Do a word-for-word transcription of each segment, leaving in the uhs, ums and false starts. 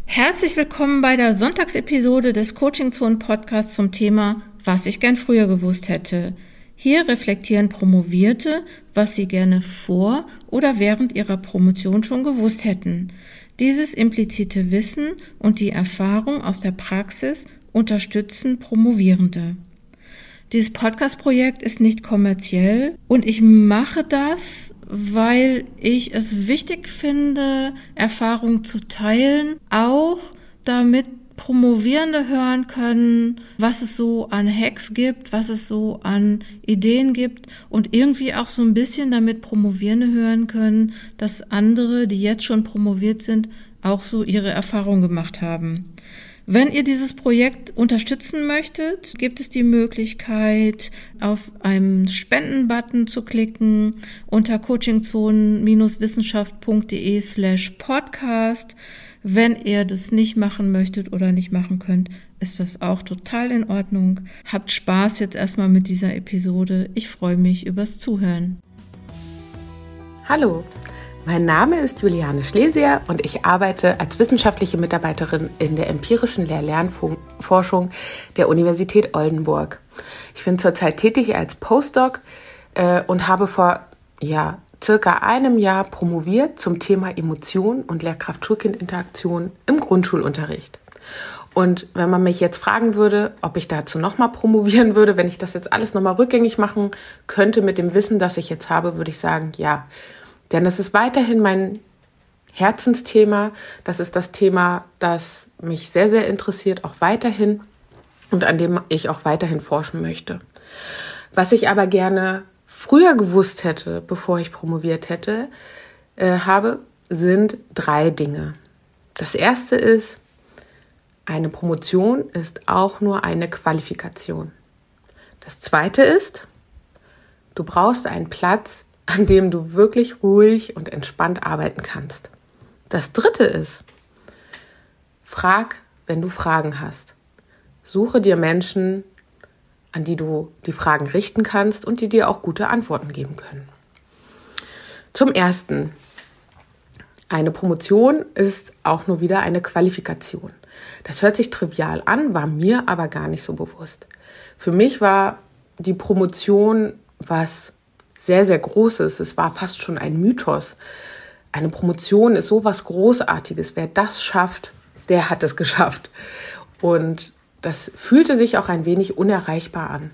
Herzlich willkommen bei der Sonntagsepisode des Coaching Zone Podcasts zum Thema Was ich gern früher gewusst hätte. Hier reflektieren Promovierte, was sie gerne vor oder während ihrer Promotion schon gewusst hätten. Dieses implizite Wissen und die Erfahrung aus der Praxis unterstützen Promovierende. Dieses Podcast-Projekt ist nicht kommerziell und ich mache das, weil ich es wichtig finde, Erfahrungen zu teilen, auch damit Promovierende hören können, was es so an Hacks gibt, was es so an Ideen gibt und irgendwie auch so ein bisschen damit Promovierende hören können, dass andere, die jetzt schon promoviert sind, auch so ihre Erfahrungen gemacht haben. Wenn ihr dieses Projekt unterstützen möchtet, gibt es die Möglichkeit, auf einen Spenden-Button zu klicken unter coachingzone-wissenschaft.de slash podcast. Wenn ihr das nicht machen möchtet oder nicht machen könnt, ist das auch total in Ordnung. Habt Spaß jetzt erstmal mit dieser Episode. Ich freue mich übers Zuhören. Hallo. Mein Name ist Juliane Schlesier und ich arbeite als wissenschaftliche Mitarbeiterin in der empirischen Lehr-Lernforschung der Universität Oldenburg. Ich bin zurzeit tätig als Postdoc äh, und habe vor ja, circa einem Jahr promoviert zum Thema Emotion und Lehrkraft-Schulkind-Interaktion im Grundschulunterricht. Und wenn man mich jetzt fragen würde, ob ich dazu nochmal promovieren würde, wenn ich das jetzt alles nochmal rückgängig machen könnte mit dem Wissen, das ich jetzt habe, würde ich sagen, ja. Denn das ist weiterhin mein Herzensthema. Das ist das Thema, das mich sehr, sehr interessiert, auch weiterhin und an dem ich auch weiterhin forschen möchte. Was ich aber gerne früher gewusst hätte, bevor ich promoviert hätte, äh, habe, sind drei Dinge. Das erste ist, eine Promotion ist auch nur eine Qualifikation. Das zweite ist, du brauchst einen Platz, an dem du wirklich ruhig und entspannt arbeiten kannst. Das dritte ist, frag, wenn du Fragen hast. Suche dir Menschen, an die du die Fragen richten kannst und die dir auch gute Antworten geben können. Zum Ersten, eine Promotion ist auch nur wieder eine Qualifikation. Das hört sich trivial an, war mir aber gar nicht so bewusst. Für mich war die Promotion was sehr, sehr Großes. Es war fast schon ein Mythos. Eine Promotion ist so was Großartiges. Wer das schafft, der hat es geschafft. Und das fühlte sich auch ein wenig unerreichbar an.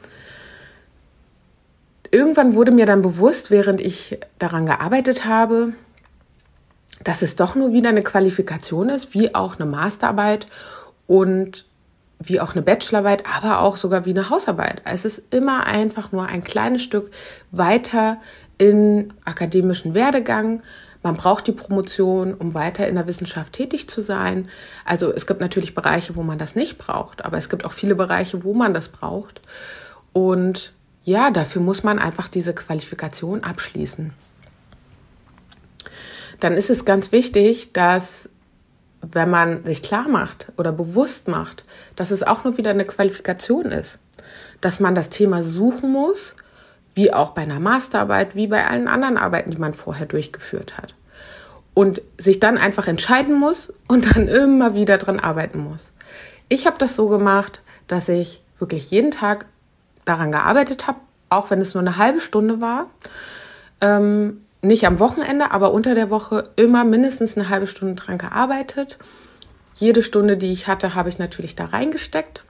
Irgendwann wurde mir dann bewusst, während ich daran gearbeitet habe, dass es doch nur wieder eine Qualifikation ist, wie auch eine Masterarbeit und wie auch eine Bachelorarbeit, aber auch sogar wie eine Hausarbeit. Es ist immer einfach nur ein kleines Stück weiter in akademischen Werdegang. Man braucht die Promotion, um weiter in der Wissenschaft tätig zu sein. Also es gibt natürlich Bereiche, wo man das nicht braucht, aber es gibt auch viele Bereiche, wo man das braucht. Und ja, dafür muss man einfach diese Qualifikation abschließen. Dann ist es ganz wichtig, dass wenn man sich klar macht oder bewusst macht, dass es auch nur wieder eine Qualifikation ist, dass man das Thema suchen muss, wie auch bei einer Masterarbeit, wie bei allen anderen Arbeiten, die man vorher durchgeführt hat. Und sich dann einfach entscheiden muss und dann immer wieder dran arbeiten muss. Ich habe das so gemacht, dass ich wirklich jeden Tag daran gearbeitet habe, auch wenn es nur eine halbe Stunde war. Ähm, Nicht am Wochenende, aber unter der Woche immer mindestens eine halbe Stunde dran gearbeitet. Jede Stunde, die ich hatte, habe ich natürlich da reingesteckt.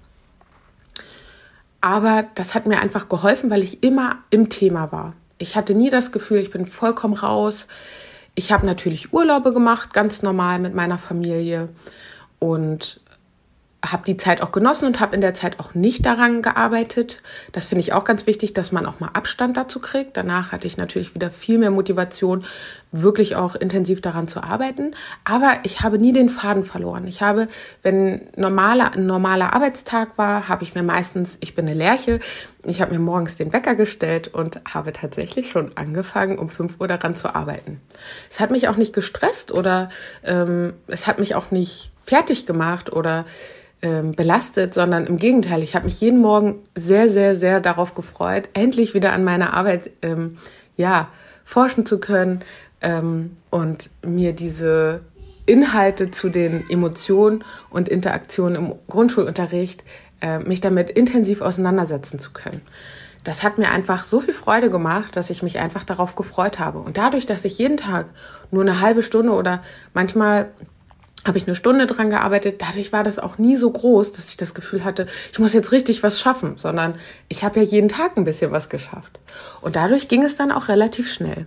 Aber das hat mir einfach geholfen, weil ich immer im Thema war. Ich hatte nie das Gefühl, ich bin vollkommen raus. Ich habe natürlich Urlaube gemacht, ganz normal mit meiner Familie und habe die Zeit auch genossen und habe in der Zeit auch nicht daran gearbeitet. Das finde ich auch ganz wichtig, dass man auch mal Abstand dazu kriegt. Danach hatte ich natürlich wieder viel mehr Motivation, wirklich auch intensiv daran zu arbeiten. Aber ich habe nie den Faden verloren. Ich habe, wenn normaler, ein normaler Arbeitstag war, habe ich mir meistens, ich bin eine Lerche, ich habe mir morgens den Wecker gestellt und habe tatsächlich schon angefangen, um fünf Uhr daran zu arbeiten. Es hat mich auch nicht gestresst oder ähm, es hat mich auch nicht fertig gemacht oder belastet, sondern im Gegenteil. Ich habe mich jeden Morgen sehr, sehr, sehr darauf gefreut, endlich wieder an meiner Arbeit ähm, ja, forschen zu können ähm, und mir diese Inhalte zu den Emotionen und Interaktionen im Grundschulunterricht, äh, mich damit intensiv auseinandersetzen zu können. Das hat mir einfach so viel Freude gemacht, dass ich mich einfach darauf gefreut habe. Und dadurch, dass ich jeden Tag nur eine halbe Stunde oder manchmal habe ich eine Stunde dran gearbeitet, dadurch war das auch nie so groß, dass ich das Gefühl hatte, ich muss jetzt richtig was schaffen, sondern ich habe ja jeden Tag ein bisschen was geschafft. Und dadurch ging es dann auch relativ schnell.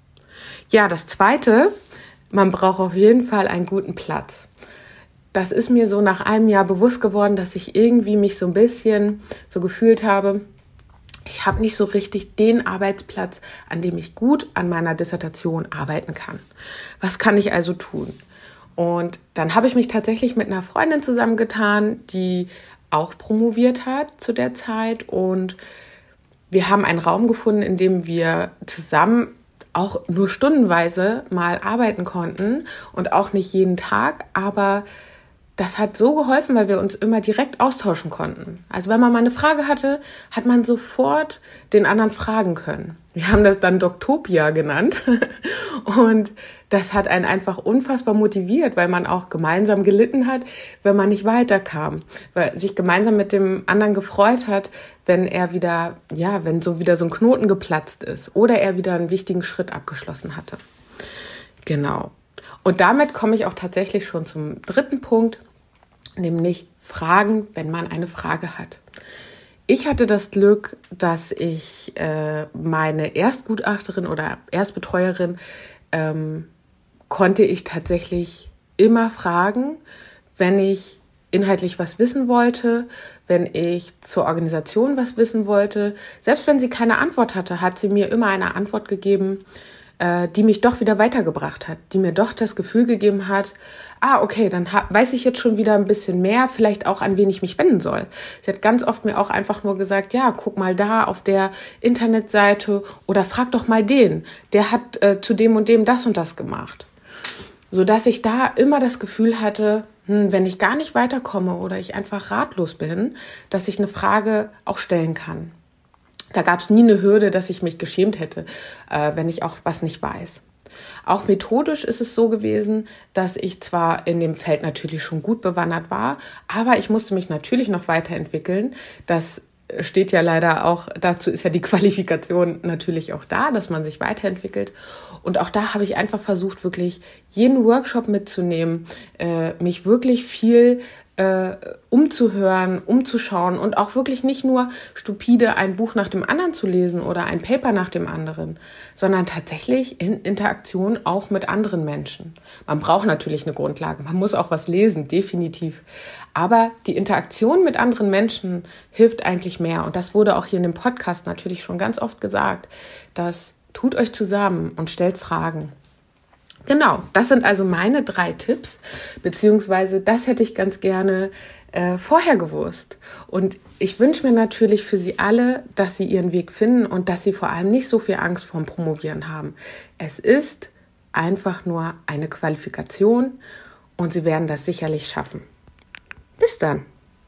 Ja, das Zweite, man braucht auf jeden Fall einen guten Platz. Das ist mir so nach einem Jahr bewusst geworden, dass ich irgendwie mich so ein bisschen so gefühlt habe, ich habe nicht so richtig den Arbeitsplatz, an dem ich gut an meiner Dissertation arbeiten kann. Was kann ich also tun? Und dann habe ich mich tatsächlich mit einer Freundin zusammengetan, die auch promoviert hat zu der Zeit. Und wir haben einen Raum gefunden, in dem wir zusammen auch nur stundenweise mal arbeiten konnten und auch nicht jeden Tag, aber das hat so geholfen, weil wir uns immer direkt austauschen konnten. Also wenn man mal eine Frage hatte, hat man sofort den anderen fragen können. Wir haben das dann Doktopia genannt und das hat einen einfach unfassbar motiviert, weil man auch gemeinsam gelitten hat, wenn man nicht weiterkam, weil sich gemeinsam mit dem anderen gefreut hat, wenn er wieder, ja, wenn so wieder so ein Knoten geplatzt ist oder er wieder einen wichtigen Schritt abgeschlossen hatte. Genau. Und damit komme ich auch tatsächlich schon zum dritten Punkt, nämlich Fragen, wenn man eine Frage hat. Ich hatte das Glück, dass ich äh, meine Erstgutachterin oder Erstbetreuerin ähm, konnte ich tatsächlich immer fragen, wenn ich inhaltlich was wissen wollte, wenn ich zur Organisation was wissen wollte. Selbst wenn sie keine Antwort hatte, hat sie mir immer eine Antwort gegeben, die mich doch wieder weitergebracht hat, die mir doch das Gefühl gegeben hat, ah, okay, dann ha- weiß ich jetzt schon wieder ein bisschen mehr, vielleicht auch an wen ich mich wenden soll. Sie hat ganz oft mir auch einfach nur gesagt, ja, guck mal da auf der Internetseite oder frag doch mal den, der hat äh, zu dem und dem das und das gemacht. Sodass ich da immer das Gefühl hatte, hm, wenn ich gar nicht weiterkomme oder ich einfach ratlos bin, dass ich eine Frage auch stellen kann. Da gab es nie eine Hürde, dass ich mich geschämt hätte, äh, wenn ich auch was nicht weiß. Auch methodisch ist es so gewesen, dass ich zwar in dem Feld natürlich schon gut bewandert war, aber ich musste mich natürlich noch weiterentwickeln. Das steht ja leider auch, dazu ist ja die Qualifikation natürlich auch da, dass man sich weiterentwickelt. Und auch da habe ich einfach versucht, wirklich jeden Workshop mitzunehmen, äh, mich wirklich viel äh, umzuhören, umzuschauen und auch wirklich nicht nur stupide ein Buch nach dem anderen zu lesen oder ein Paper nach dem anderen, sondern tatsächlich in Interaktion auch mit anderen Menschen. Man braucht natürlich eine Grundlage, man muss auch was lesen, definitiv. Aber die Interaktion mit anderen Menschen hilft eigentlich mehr. Und das wurde auch hier in dem Podcast natürlich schon ganz oft gesagt, dass tut euch zusammen und stellt Fragen. Genau, das sind also meine drei Tipps, beziehungsweise das hätte ich ganz gerne äh, vorher gewusst. Und ich wünsche mir natürlich für Sie alle, dass Sie Ihren Weg finden und dass Sie vor allem nicht so viel Angst vorm Promovieren haben. Es ist einfach nur eine Qualifikation und Sie werden das sicherlich schaffen. Bis dann.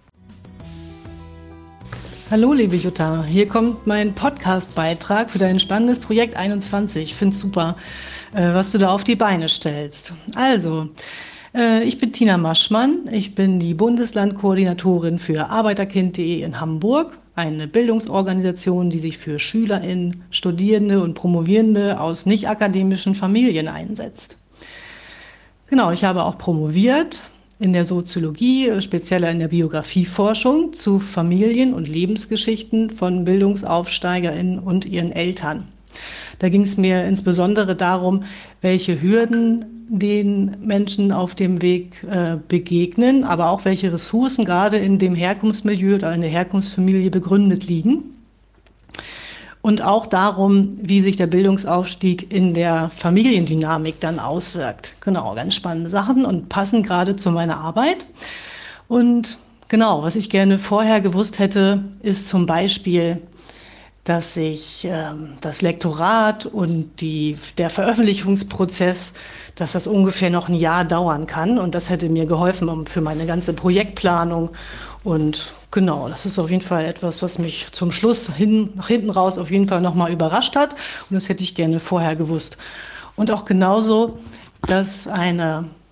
Hallo liebe Jutta, hier kommt mein Podcast-Beitrag für dein spannendes Projekt einundzwanzig. Ich finde es super, was du da auf die Beine stellst. Also, ich bin Tina Maschmann, ich bin die Bundeslandkoordinatorin für Arbeiterkind punkt de in Hamburg, eine Bildungsorganisation, die sich für SchülerInnen, Studierende und Promovierende aus nicht-akademischen Familien einsetzt. Genau, ich habe auch promoviert in der Soziologie, speziell in der Biografieforschung zu Familien- und Lebensgeschichten von BildungsaufsteigerInnen und ihren Eltern. Da ging es mir insbesondere darum, welche Hürden den Menschen auf dem Weg äh, begegnen, aber auch welche Ressourcen gerade in dem Herkunftsmilieu oder in der Herkunftsfamilie begründet liegen. Und auch darum, wie sich der Bildungsaufstieg in der Familiendynamik dann auswirkt. Genau, ganz spannende Sachen und passen gerade zu meiner Arbeit. Und genau, was ich gerne vorher gewusst hätte, ist zum Beispiel, dass sich ähm, das Lektorat und die, der Veröffentlichungsprozess, dass das ungefähr noch ein Jahr dauern kann. Und das hätte mir geholfen um, für meine ganze Projektplanung. Und genau, das ist auf jeden Fall etwas, was mich zum Schluss hin, nach hinten raus auf jeden Fall nochmal überrascht hat. Und das hätte ich gerne vorher gewusst. Und auch genauso, dass eine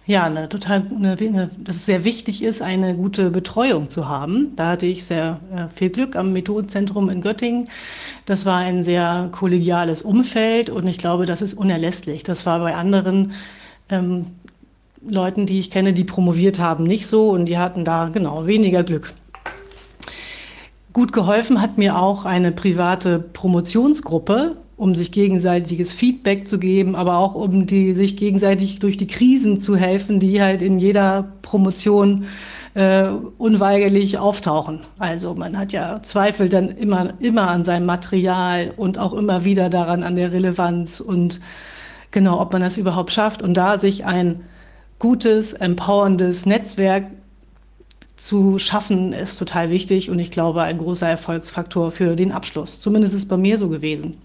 ja, eine total, eine, eine, dass es sehr wichtig ist, eine gute Betreuung zu haben. Da hatte ich sehr äh, viel Glück am Methodenzentrum in Göttingen. Das war ein sehr kollegiales Umfeld und ich glaube, das ist unerlässlich. Das war bei anderen ähm, Leuten, die ich kenne, die promoviert haben, nicht so und die hatten da genau weniger Glück. Gut geholfen hat mir auch eine private Promotionsgruppe, um sich gegenseitiges Feedback zu geben, aber auch um die, sich gegenseitig durch die Krisen zu helfen, die halt in jeder Promotion äh, unweigerlich auftauchen. Also man hat ja Zweifel dann immer, immer an seinem Material und auch immer wieder daran an der Relevanz und genau, ob man das überhaupt schafft. Und da sich ein gutes, empowerndes Netzwerk zu schaffen, ist total wichtig und ich glaube ein großer Erfolgsfaktor für den Abschluss. Zumindest ist es bei mir so gewesen.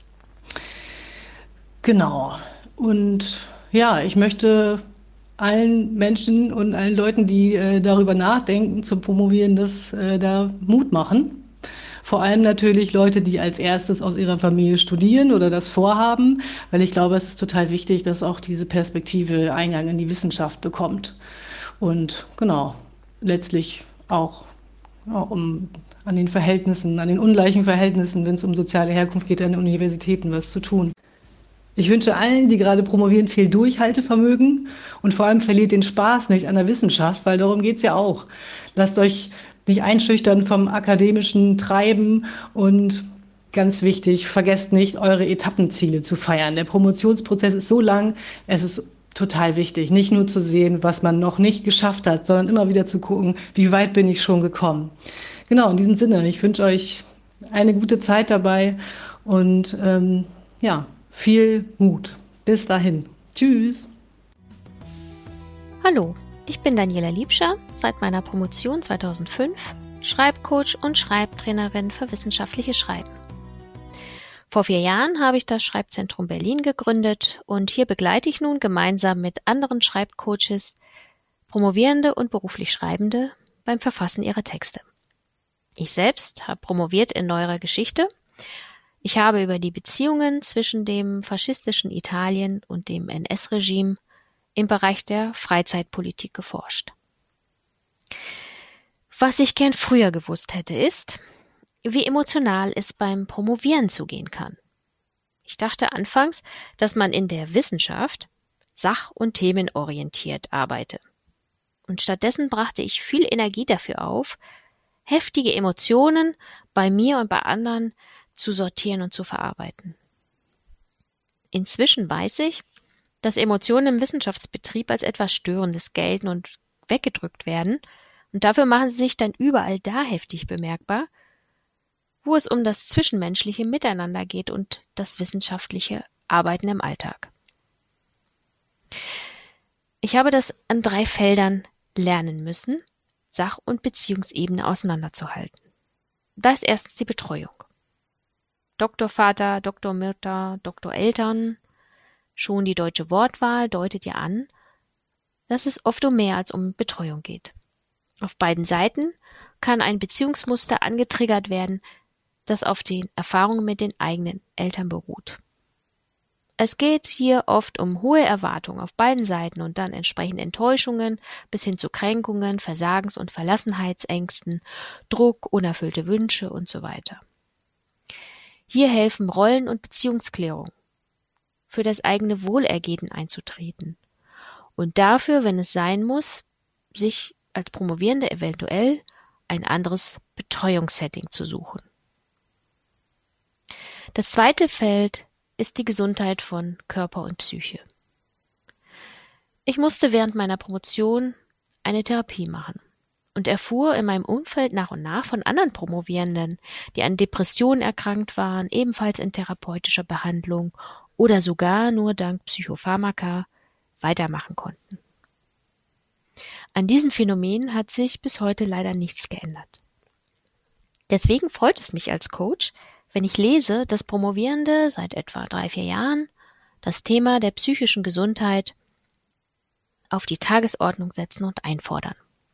Genau. Und ja, ich möchte allen Menschen und allen Leuten, die äh, darüber nachdenken, zu promovieren, das äh, da Mut machen. Vor allem natürlich Leute, die als erstes aus ihrer Familie studieren oder das vorhaben, weil ich glaube, es ist total wichtig, dass auch diese Perspektive Eingang in die Wissenschaft bekommt. Und genau, letztlich auch ja, um an den Verhältnissen, an den ungleichen Verhältnissen, wenn es um soziale Herkunft geht, an den Universitäten was zu tun. Ich wünsche allen, die gerade promovieren, viel Durchhaltevermögen und vor allem verliert den Spaß nicht an der Wissenschaft, weil darum geht es ja auch. Lasst euch nicht einschüchtern vom akademischen Treiben und ganz wichtig, vergesst nicht, eure Etappenziele zu feiern. Der Promotionsprozess ist so lang, es ist total wichtig, nicht nur zu sehen, was man noch nicht geschafft hat, sondern immer wieder zu gucken, wie weit bin ich schon gekommen. Genau, in diesem Sinne, ich wünsche euch eine gute Zeit dabei und ähm, ja, viel Mut. Bis dahin. Tschüss. Hallo, ich bin Daniela Liebscher, seit meiner Promotion zweitausendfünf Schreibcoach und Schreibtrainerin für wissenschaftliches Schreiben. Vor vier Jahren habe ich das Schreibzentrum Berlin gegründet und hier begleite ich nun gemeinsam mit anderen Schreibcoaches Promovierende und beruflich Schreibende beim Verfassen ihrer Texte. Ich selbst habe promoviert in Neuerer Geschichte. Ich habe über die Beziehungen zwischen dem faschistischen Italien und dem N S-Regime im Bereich der Freizeitpolitik geforscht. Was ich gern früher gewusst hätte, ist, wie emotional es beim Promovieren zugehen kann. Ich dachte anfangs, dass man in der Wissenschaft sach- und themenorientiert arbeite. Und stattdessen brachte ich viel Energie dafür auf, heftige Emotionen bei mir und bei anderen zu sortieren und zu verarbeiten. Inzwischen weiß ich, dass Emotionen im Wissenschaftsbetrieb als etwas Störendes gelten und weggedrückt werden, und dafür machen sie sich dann überall da heftig bemerkbar, wo es um das zwischenmenschliche Miteinander geht und das wissenschaftliche Arbeiten im Alltag. Ich habe das an drei Feldern lernen müssen, Sach- und Beziehungsebene auseinanderzuhalten. Da ist erstens die Betreuung. Doktorvater, Doktormutter, Doktoreltern. Schon die deutsche Wortwahl deutet ja an, dass es oft um mehr als um Betreuung geht. Auf beiden Seiten kann ein Beziehungsmuster angetriggert werden, das auf den Erfahrungen mit den eigenen Eltern beruht. Es geht hier oft um hohe Erwartungen auf beiden Seiten und dann entsprechend Enttäuschungen bis hin zu Kränkungen, Versagens- und Verlassenheitsängsten, Druck, unerfüllte Wünsche und so weiter. Hier helfen Rollen- und Beziehungsklärung, für das eigene Wohlergehen einzutreten und dafür, wenn es sein muss, sich als Promovierende eventuell ein anderes Betreuungssetting zu suchen. Das zweite Feld ist die Gesundheit von Körper und Psyche. Ich musste während meiner Promotion eine Therapie machen und erfuhr in meinem Umfeld nach und nach von anderen Promovierenden, die an Depressionen erkrankt waren, ebenfalls in therapeutischer Behandlung oder sogar nur dank Psychopharmaka weitermachen konnten. An diesen Phänomenen hat sich bis heute leider nichts geändert. Deswegen freut es mich als Coach, wenn ich lese, dass Promovierende seit etwa drei, vier Jahren das Thema der psychischen Gesundheit auf die Tagesordnung setzen und einfordern.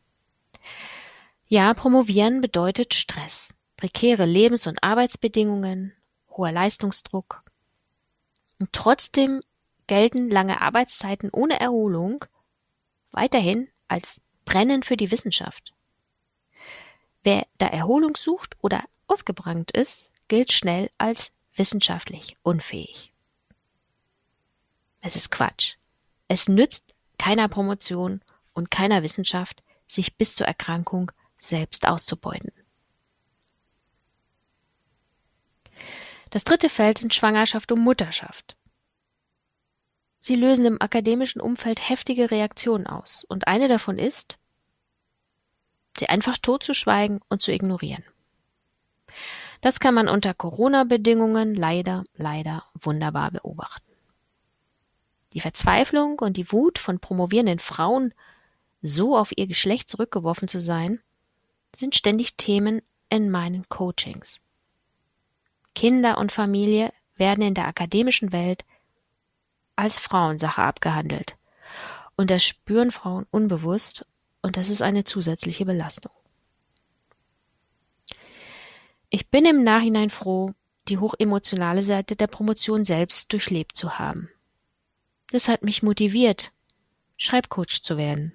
Ja, Promovieren bedeutet Stress, prekäre Lebens- und Arbeitsbedingungen, hoher Leistungsdruck. Und trotzdem gelten lange Arbeitszeiten ohne Erholung weiterhin als brennend für die Wissenschaft. Wer da Erholung sucht oder ausgebrannt ist, gilt schnell als wissenschaftlich unfähig. Es ist Quatsch. Es nützt keiner Promotion und keiner Wissenschaft, sich bis zur Erkrankung selbst auszubeuten. Das dritte Feld sind Schwangerschaft und Mutterschaft. Sie lösen im akademischen Umfeld heftige Reaktionen aus und eine davon ist, sie einfach totzuschweigen und zu ignorieren. Das kann man unter Corona-Bedingungen leider, leider wunderbar beobachten. Die Verzweiflung und die Wut von promovierenden Frauen, so auf ihr Geschlecht zurückgeworfen zu sein, sind ständig Themen in meinen Coachings. Kinder und Familie werden in der akademischen Welt als Frauensache abgehandelt. Und das spüren Frauen unbewusst und das ist eine zusätzliche Belastung. Ich bin im Nachhinein froh, die hochemotionale Seite der Promotion selbst durchlebt zu haben. Das hat mich motiviert, Schreibcoach zu werden.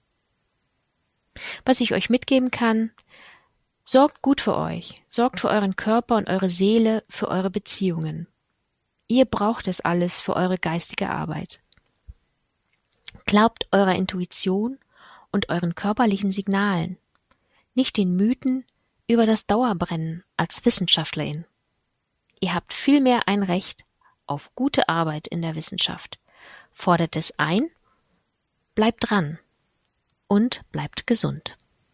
Was ich euch mitgeben kann, sorgt gut für euch, sorgt für euren Körper und eure Seele, für eure Beziehungen. Ihr braucht es alles für eure geistige Arbeit. Glaubt eurer Intuition und euren körperlichen Signalen, nicht den Mythen über das Dauerbrennen als Wissenschaftlerin. Ihr habt vielmehr ein Recht auf gute Arbeit in der Wissenschaft. Fordert es ein, bleibt dran und bleibt gesund.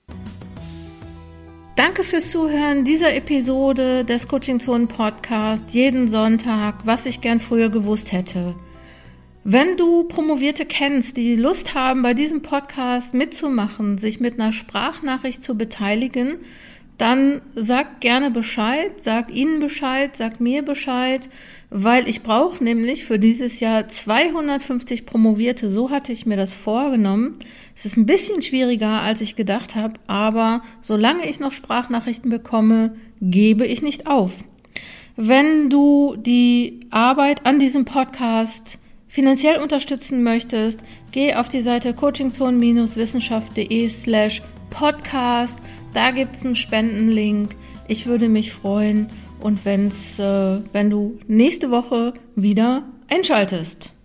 Danke fürs Zuhören dieser Episode des Coaching Zone Podcast jeden Sonntag, was ich gern früher gewusst hätte. Wenn du Promovierte kennst, die Lust haben, bei diesem Podcast mitzumachen, sich mit einer Sprachnachricht zu beteiligen, dann sag gerne Bescheid, sag ihnen Bescheid, sag mir Bescheid, weil ich brauche nämlich für dieses Jahr zweihundertfünfzig Promovierte, so hatte ich mir das vorgenommen. Es ist ein bisschen schwieriger, als ich gedacht habe, aber solange ich noch Sprachnachrichten bekomme, gebe ich nicht auf. Wenn du die Arbeit an diesem Podcast finanziell unterstützen möchtest, geh auf die Seite coachingzone-wissenschaft.de slash podcast. Da gibt's einen Spendenlink. Ich würde mich freuen und wenn's, äh, wenn du nächste Woche wieder einschaltest.